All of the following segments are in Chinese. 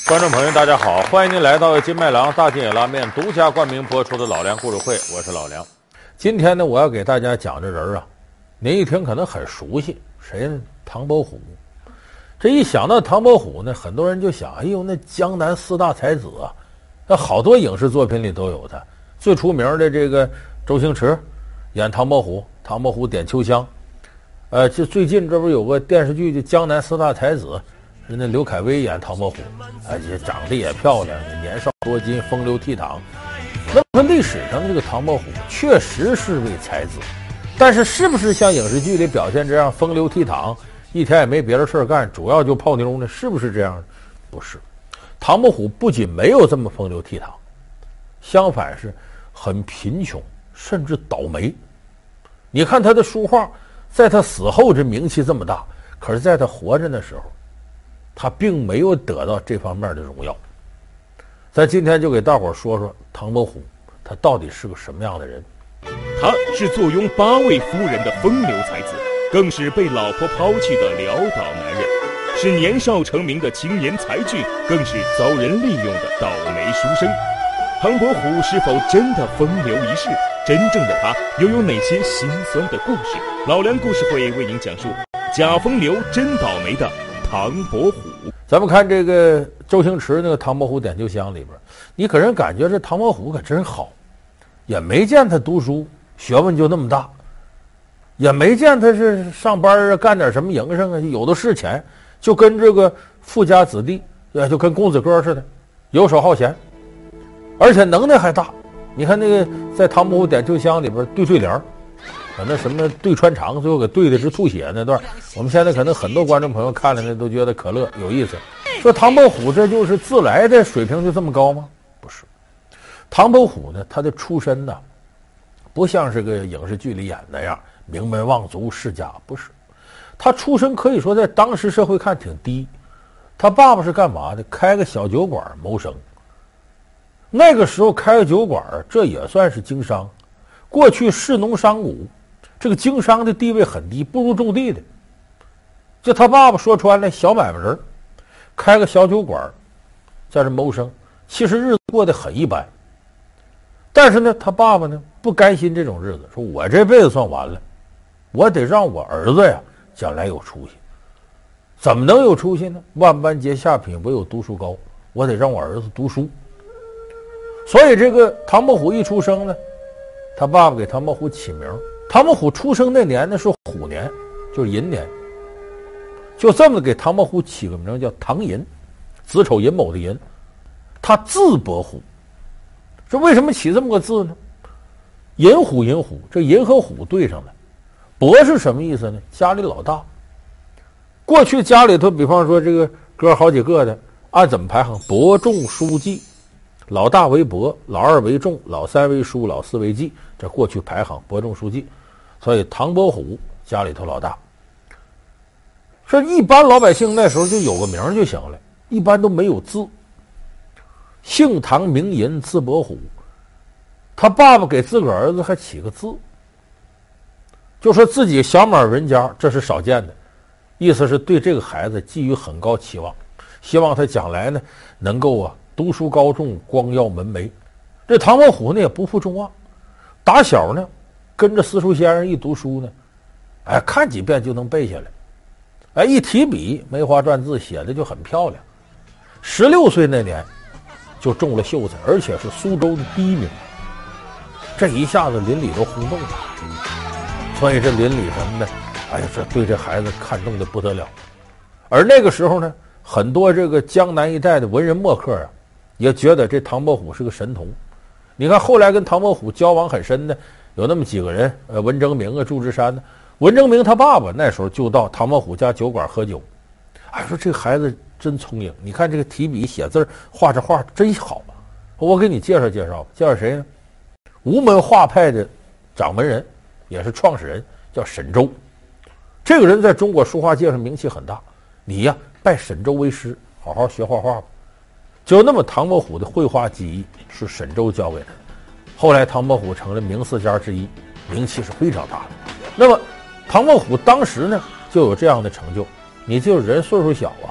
观众朋友大家好，欢迎您来到金麦郎大金野拉面独家冠名播出的老梁故事会，我是老梁。今天呢，我要给大家讲这人啊，您一听可能很熟悉，谁呢？唐伯虎。这一想到唐伯虎呢，很多人就想，哎呦，那江南四大才子啊，那好多影视作品里都有他。最出名的这个周星驰演唐伯虎，唐伯虎点秋香。就最近这不有个电视剧叫《江南四大才子》，人家刘恺威演唐伯虎，而且长得也漂亮，年少多金，风流倜傥。那么历史上这个唐伯虎确实是位才子，但是不是像影视剧里表现这样风流倜傥，一天也没别的事干，主要就泡妞呢？是不是这样？不是，唐伯虎不仅没有这么风流倜傥，相反是很贫穷，甚至倒霉。你看他的书画，在他死后这名气这么大，可是在他活着的时候，他并没有得到这方面的荣耀。咱今天就给大伙说说唐伯虎，他到底是个什么样的人？ 他是坐拥8位夫人的风流才子，更是被老婆抛弃的潦倒男人，是年少成名的青年才俊，更是遭人利用的倒霉书生。唐伯虎是否真的风流一世？真正的他又有哪些心酸的故事？老梁故事会为您讲述假风流真倒霉的唐伯虎。 咱们看这个周星驰那个《唐伯虎点秋香》里边，你给人感觉这唐伯虎可真好，也没见他读书学问就那么大，也没见他是上班啊干点什么营生啊，有的是钱，就跟这个富家子弟，就跟公子哥似的，游手好闲，而且能耐还大。你看那个在《唐伯虎点秋香》里边对联，那什么对穿肠，最后给对的是吐血那段，我们现在可能很多观众朋友看了呢都觉得可乐有意思。说唐伯虎这就是自来的水平就这么高吗？不是，唐伯虎呢，他的出身呢，不像是个影视剧里演那样名门望族世家，不是，他出身可以说在当时社会看挺低。他爸爸是干嘛的？开个小酒馆谋生。那个时候开个酒馆，这也算是经商。过去士农商贾，这个经商的地位很低，不如种地的。就他爸爸说穿了，小买卖人，开个小酒馆，在这谋生，其实日子过得很一般。但是呢，他爸爸呢不甘心这种日子，说我这辈子算完了，我得让我儿子呀将来有出息。怎么能有出息呢？万般皆下品，唯有读书高。我得让我儿子读书。所以这个唐伯虎一出生呢，他爸爸给唐伯虎起名。唐伯虎出生那年呢是虎年，就是寅年，就这么给唐伯虎起个名叫唐寅，子丑寅卯的寅。他字伯虎。这为什么起这么个字呢？寅虎，寅虎，这寅和虎对上了。伯是什么意思呢？家里老大。过去家里头，比方说这个哥好几个的，按怎么排行？伯仲叔季，老大为伯，老二为仲，老三为叔，老四为季，这过去排行伯仲叔季。所以唐伯虎家里头老大。说一般老百姓那时候就有个名就行了，一般都没有字。姓唐名寅，字伯虎。他爸爸给自个儿儿子还起个字，就说自己小满人家，这是少见的，意思是对这个孩子寄予很高期望，希望他将来呢能够读书高中，光耀门楣。这唐伯虎呢也不负众望，打小呢跟着私塾先生一读书呢，看几遍就能背下来，一提笔梅花篆字写的就很漂亮。16岁那年就中了秀才，而且是苏州的第1名。这一下子邻里都轰动了，所以这邻里什么的，这对这孩子看重的不得了。而那个时候呢，很多这个江南一带的文人墨客也觉得这唐伯虎是个神童。你看后来跟唐伯虎交往很深的有那么几个人，文征明啊，祝枝山呢。文征明他爸爸那时候就到唐伯虎家酒馆喝酒，说这个孩子真聪颖，你看这个提笔写字画这画真好，我给你介绍介绍。介绍谁呢？吴门画派的掌门人，也是创始人，叫沈周。这个人在中国书画界上名气很大，你呀拜沈周为师，好好学画画吧。就那么唐伯虎的绘画技艺是沈周教给他的。后来唐伯虎成了名四家之一，名气是非常大的。那么唐伯虎当时呢就有这样的成就，你就是人岁数小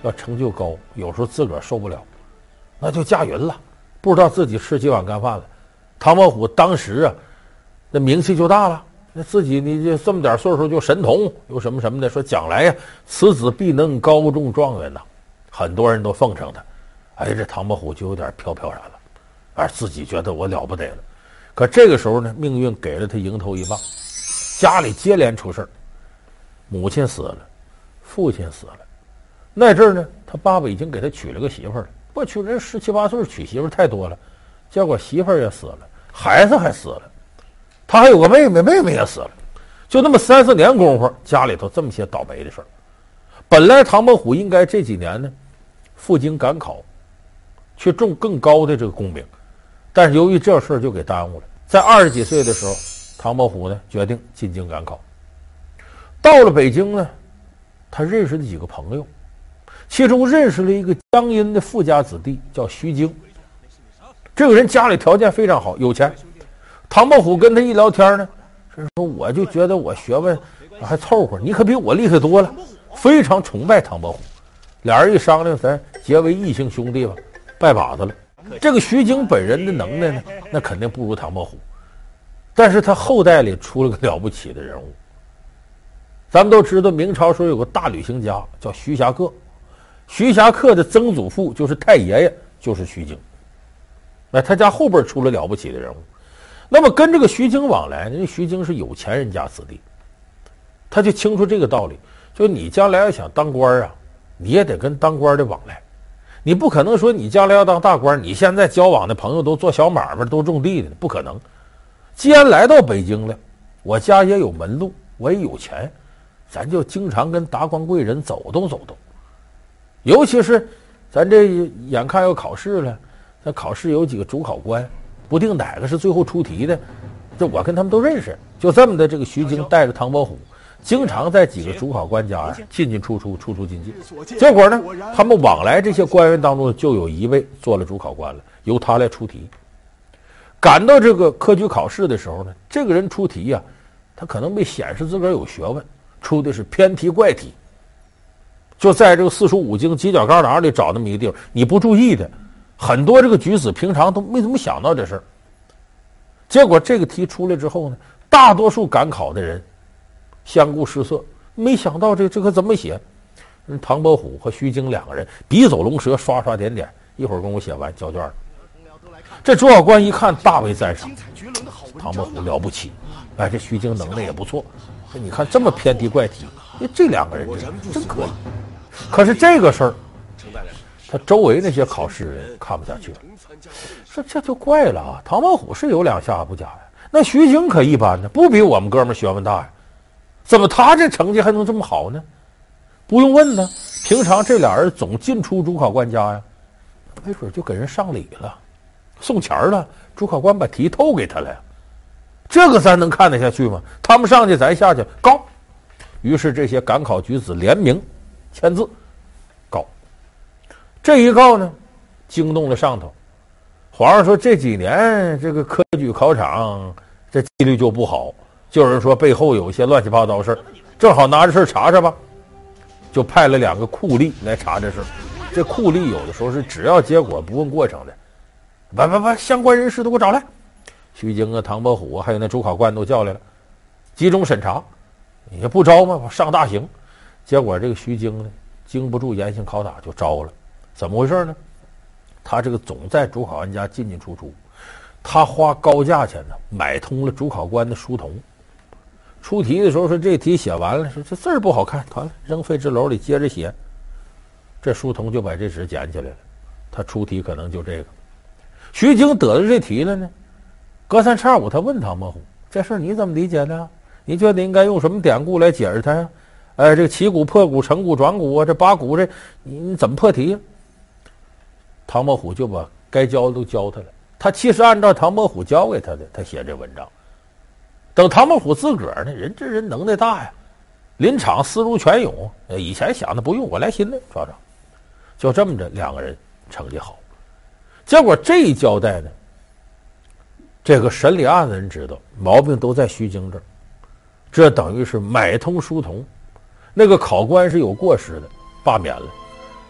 要成就高，有时候自个儿受不了，那就驾云了，不知道自己吃几碗干饭了。唐伯虎当时啊，那名气就大了，那自己你就这么点岁数就神童，有什么什么的，说将来呀，此子必能高中状元呐，很多人都奉承他。哎，这唐伯虎就有点飘飘然了，而自己觉得我了不得了。可这个时候呢，命运给了他迎头一棒，家里接连出事儿，母亲死了，父亲死了。那阵儿呢，他爸爸已经给他娶了个媳妇儿了。过去人17、18岁娶媳妇儿太多了，结果媳妇儿也死了，孩子还死了，他还有个妹妹，妹妹也死了，就那么3、4年功夫，家里头这么些倒霉的事儿。本来唐伯虎应该这几年呢，赴京赶考，去中更高的这个功名，但是由于这事儿就给耽误了。在20几岁的时候，唐伯虎呢决定进京赶考。到了北京呢，他认识了几个朋友，其中认识了一个江阴的富家子弟，叫徐经。这个人家里条件非常好，有钱。唐伯虎跟他一聊天呢，是说我就觉得我学问还凑合，你可比我厉害多了，非常崇拜唐伯虎。俩人一商量，咱结为异姓兄弟吧，拜把子了。这个徐经本人的能耐呢，那肯定不如唐伯虎，但是他后代里出了个了不起的人物。咱们都知道，明朝时候有个大旅行家叫徐霞客，徐霞客的曾祖父就是太爷爷，就是徐经。那他家后边出了了不起的人物。那么跟这个徐经往来，人徐经是有钱人家子弟，他就清楚这个道理，就你将来要想当官啊，你也得跟当官的往来。你不可能说你将来要当大官，你现在交往的朋友都做小买卖，都种地的，不可能。既然来到北京了，我家也有门路，我也有钱，咱就经常跟达官贵人走动走动。尤其是咱这眼看要考试了，那考试有几个主考官，不定哪个是最后出题的，这我跟他们都认识。就这么的，这个徐经带着唐伯虎经常在几个主考官家呀进进出出，出出进进。结果呢，他们往来这些官员当中就有一位做了主考官了，由他来出题。赶到这个科举考试的时候呢，这个人出题呀，他可能没显示自个儿有学问，出的是偏题怪题，就在这个四书五经犄角旮旯里找那么一个地方，你不注意的，很多这个举子平常都没怎么想到这事儿。结果这个题出来之后呢，大多数赶考的人相顾失色，没想到这可怎么写？唐伯虎和徐经两个人笔走龙蛇，刷刷点点，一会儿跟我写完交卷了。这主考官一看，大为赞赏，唐伯虎了不起，哎，这徐经能耐也不错。你看这么偏题怪题，这两个人真可以。可是这个事儿，他周围那些考试人看不下去了，说这就怪了啊！唐伯虎是有两下不假呀，那徐经可一般呢，不比我们哥们学问大呀，怎么他这成绩还能这么好呢？不用问呢，平常这俩人总进出主考官家呀，没准就给人上礼了，送钱了，主考官把题透给他了呀。这个咱能看得下去吗？他们上去咱下去告。于是这些赶考举子联名签字告。这一告呢，惊动了上头。皇上说这几年这个科举考场这纪律就不好，就有人说背后有一些乱七八糟事儿，正好拿这事儿查查吧，就派了2个酷吏来查这事儿。这酷吏有的时候是只要结果不问过程的，把相关人士都给我找来。徐经啊、唐伯虎啊，还有那主考官都叫来了，集中审查，也不招嘛，上大刑。结果这个徐经呢，经不住严刑拷打就招了。怎么回事呢？他这个总在主考官家进进出出，他花高价钱呢买通了主考官的书童。出题的时候说这题写完了，说这字儿不好看，完了扔废纸篓里接着写。这书童就把这纸捡起来了，他出题可能就这个。徐经得了这题了呢，隔三差五他问唐伯虎，这事儿你怎么理解的？你觉得应该用什么典故来解释它呀？这个起鼓破鼓成鼓转鼓啊，这八鼓这你怎么破题呀？唐伯虎就把该教的都教他了，他其实按照唐伯虎教给他的，他写这文章。等唐伯虎自个儿呢，这人能耐大呀，临场思如泉涌，以前想的不用，我来新的抓抓。就这么着，2个人成绩好。结果这一交代呢，这个审理案的人知道毛病都在徐经这儿，这等于是买通书童。那个考官是有过失的，罢免了。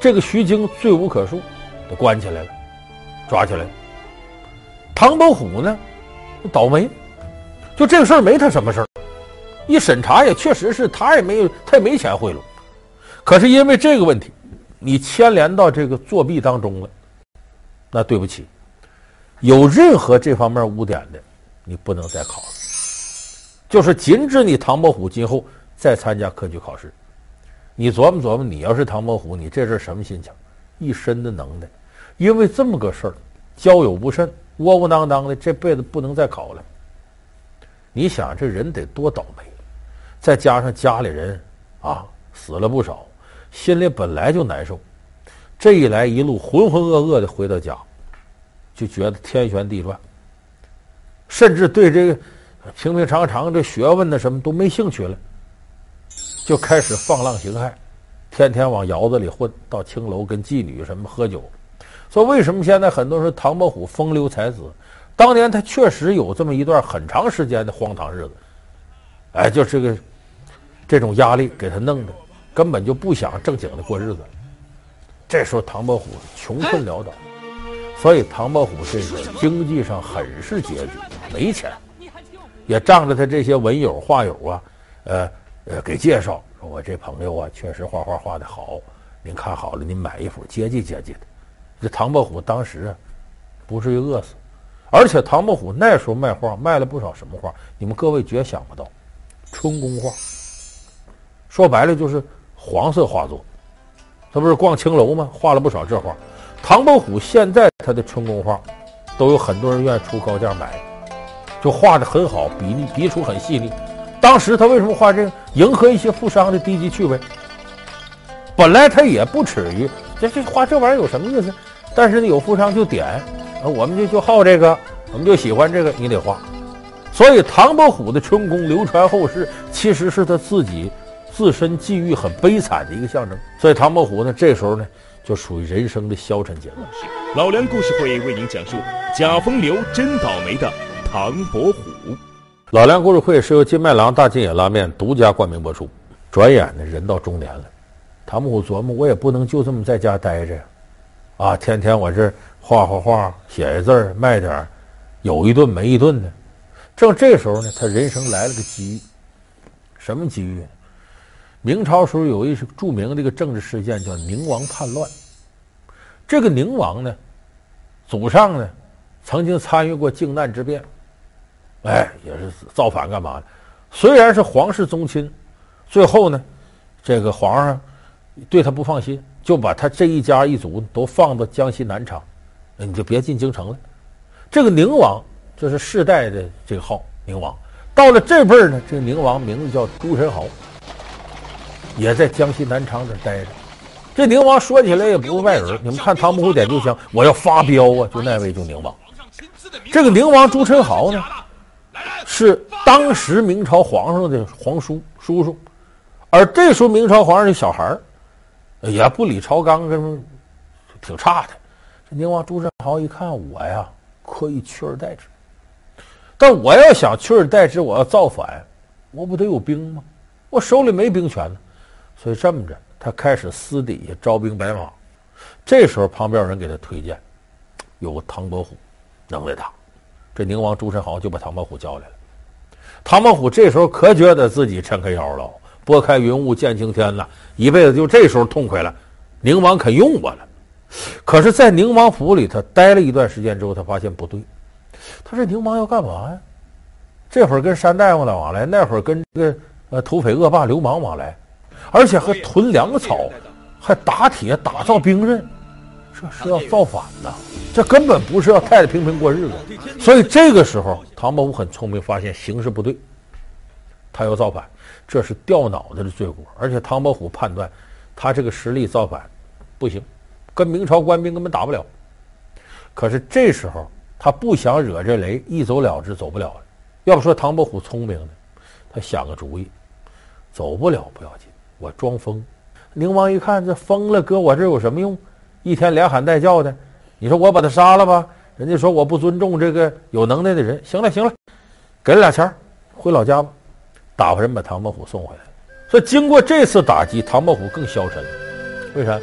这个徐经罪无可恕，就关起来了，抓起来了。唐伯虎呢，倒霉，就这个事儿没他什么事儿。一审查也确实是他也没钱贿赂，可是因为这个问题，你牵连到这个作弊当中了，那对不起，有任何这方面污点的，你不能再考了，就是禁止你唐伯虎今后再参加科举考试。你琢磨琢磨，你要是唐伯虎，你这是什么心情？一身的能耐，因为这么个事儿，交友不慎，窝窝囊囊的，这辈子不能再考了。你想这人得多倒霉，再加上家里人啊死了不少，心里本来就难受，这一来一路浑浑噩噩的回到家，就觉得天旋地转，甚至对这个平平常常这学问的什么都没兴趣了，就开始放浪形骸，天天往窑子里混，到青楼跟妓女什么喝酒。所以为什么现在很多人说唐伯虎风流才子？当年他确实有这么一段很长时间的荒唐日子，哎，就这种压力给他弄的，根本就不想正经的过日子。这时候唐伯虎穷困潦倒，所以唐伯虎这个经济上很是拮据，没钱，也仗着他这些文友画友啊，给介绍说我这朋友啊确实画画画得好，您看好了您买一幅接济接济他。这唐伯虎当时啊不至于饿死，而且唐伯虎那时候卖画卖了不少什么画，你们各位绝想不到，春宫画，说白了就是黄色画作。他不是逛青楼吗？画了不少这画。唐伯虎现在他的春宫画都有很多人愿意出高价买，就画得很好，笔触很细腻。当时他为什么画这个？迎合一些富商的低级趣味。本来他也不耻于这画这玩意儿有什么意思，但是呢有富商就点，我们就好这个，我们就喜欢这个，你得画。所以唐伯虎的春宫流传后世，其实是他自己自身际遇很悲惨的一个象征。所以唐伯虎呢这时候呢就属于人生的消沉阶段。 老梁故事会为您讲述假风流真倒霉的唐伯虎。 老梁故事会是由金麦郎大金野拉面独家冠名播出。转眼呢人到中年了，唐伯虎琢磨，我也不能就这么在家待着呀，啊，天天我这画画写写字卖点有一顿没一顿的。正这时候呢，他人生来了个机遇。什么机遇呢？明朝时候有一著名的一个政治事件叫宁王叛乱。这个宁王呢，祖上呢曾经参与过靖难之变，哎，也是造反干嘛的。虽然是皇室宗亲，最后呢，这个皇上对他不放心，就把他这一家一族都放到江西南昌，你就别进京城了。这个宁王这是世代的这个号宁王，到了这辈儿呢，这个宁王名字叫朱宸濠，也在江西南昌这待着。这宁王说起来也不是外人，你们看《唐伯虎点秋香》，我要发飙啊！就那位就宁王。这个宁王朱宸濠呢，是当时明朝皇上的皇叔叔，而这时候明朝皇上的小孩也不理朝纲，跟挺差的。这宁王朱宸濠一看，我呀可以取而代之，但我要想取而代之，我要造反，我不得有兵吗？我手里没兵权呢。所以这么着，他开始私底下招兵买马。这时候旁边有人给他推荐，有个唐伯虎能耐大，这宁王朱宸濠就把唐伯虎叫来了。唐伯虎这时候可觉得自己抻开腰了，拨开云雾见青天了，一辈子就这时候痛快了，宁王肯用我了。可是在宁王府里他待了一段时间之后，他发现不对，他说宁王要干嘛呀？这会儿跟山大夫的往来，那会儿跟这个土匪恶霸流氓往来，而且还囤粮草，还打铁打造兵刃，这是要造反呐！这根本不是要太太平平过日子。所以这个时候唐伯虎很聪明，发现形势不对，他要造反，这是掉脑袋的罪过。而且唐伯虎判断他这个实力造反不行，跟明朝官兵根本打不了。可是这时候他不想惹这雷，一走了之，走不了了。要不说唐伯虎聪明呢，他想个主意，走不了不要紧，我装疯。宁王一看这疯了，搁我这有什么用？一天连喊带叫的，你说我把他杀了吧？人家说我不尊重这个有能耐的人。行了，给了俩钱，回老家吧。打发人把唐伯虎送回来。所以经过这次打击，唐伯虎更消沉了。为啥？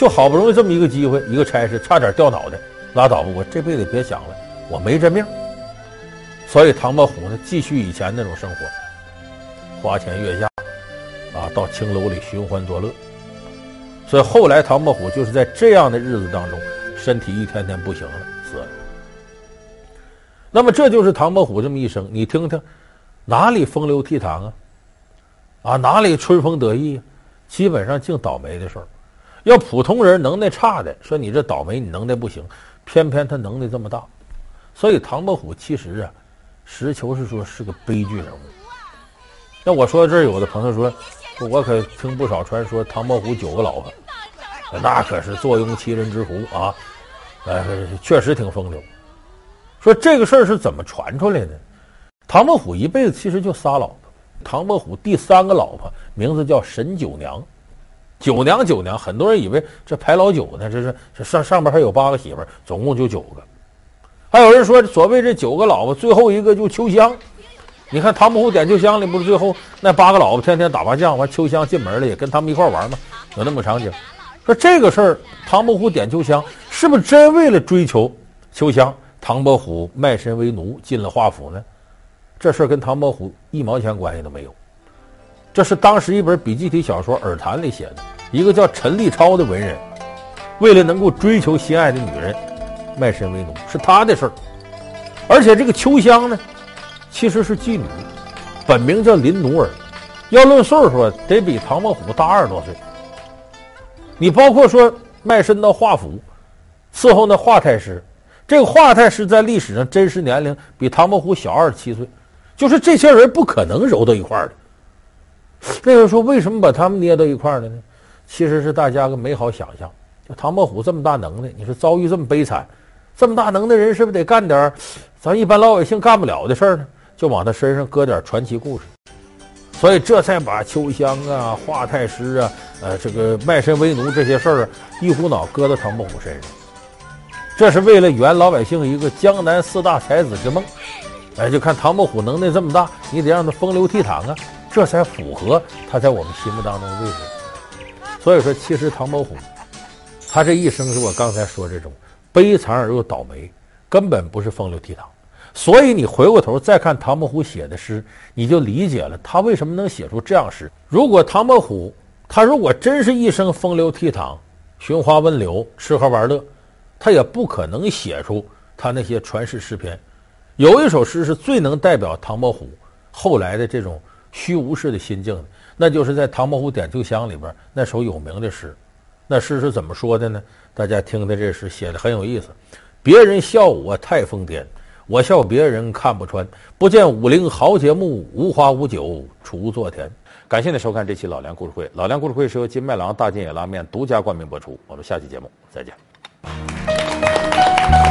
就好不容易这么一个机会，一个差事差点掉脑袋，拉倒吧，我这辈子别想了，我没这命。所以唐伯虎呢，继续以前那种生活，花前月下到青楼里寻欢作乐。所以后来唐伯虎就是在这样的日子当中，身体一天天不行了，死了。那么这就是唐伯虎这么一生，你听听，哪里风流倜傥哪里春风得意基本上净倒霉的事儿。要普通人能耐差的，说你这倒霉，你能耐不行，偏偏他能耐这么大。所以唐伯虎其实实求是说是个悲剧人物。那我说这儿有的朋友说，我可听不少传说唐伯虎9个老婆，那可是坐拥7人之福确实挺风流。说这个事儿是怎么传出来的？唐伯虎一辈子其实就仨老婆，唐伯虎第3个老婆名字叫沈九娘。九娘，很多人以为这排老九呢，这上边还有8个媳妇儿，总共就9个。还有人说，所谓这9个老婆，最后一个就秋香。你看唐伯虎点秋香里不是最后那8个老婆天天打麻将，完秋香进门了也跟他们一块玩吗？有那么场景。说这个事儿，唐伯虎点秋香是不是真为了追求秋香，唐伯虎卖身为奴进了华府呢？这事儿跟唐伯虎1毛钱关系都没有。这是当时一本笔记体小说《耳谈》里写的，一个叫陈立超的文人，为了能够追求心爱的女人，卖身为奴，是他的事儿。而且这个秋香呢，其实是妓女，本名叫林奴儿，要论岁数得比唐伯虎大20多岁。你包括说卖身到华府伺候那华太师，这个华太师在历史上真实年龄比唐伯虎小27岁，就是这些人不可能揉到一块儿的。那人说为什么把他们捏到一块儿了呢？其实是大家个美好想象，就唐伯虎这么大能耐，你说遭遇这么悲惨，这么大能耐人是不是得干点咱一般老百姓干不了的事儿呢？就往他身上搁点传奇故事。所以这才把秋香华太师这个卖身为奴这些事儿一股脑搁到唐伯虎身上。这是为了圆老百姓一个江南4大才子之梦。就看唐伯虎能耐这么大，你得让他风流倜傥这才符合他在我们心目当中的位置。所以说，其实唐伯虎他这一生是我刚才说这种悲惨而又倒霉，根本不是风流倜傥。所以你回过头再看唐伯虎写的诗，你就理解了他为什么能写出这样诗。如果唐伯虎他如果真是一生风流倜傥、寻花问柳、吃喝玩乐，他也不可能写出他那些传世诗篇。有一首诗是最能代表唐伯虎后来的这种虚无式的心境的，那就是在《唐伯虎点秋香》里边那首有名的诗。那诗是怎么说的呢？大家听听这诗写的很有意思。别人笑我太疯癫，我笑别人看不穿。不见武陵豪杰墓，无花无酒锄作田。感谢您收看这期老梁故事会。老梁故事会是由金麦郎大金野拉面独家冠名播出。我们下期节目再见。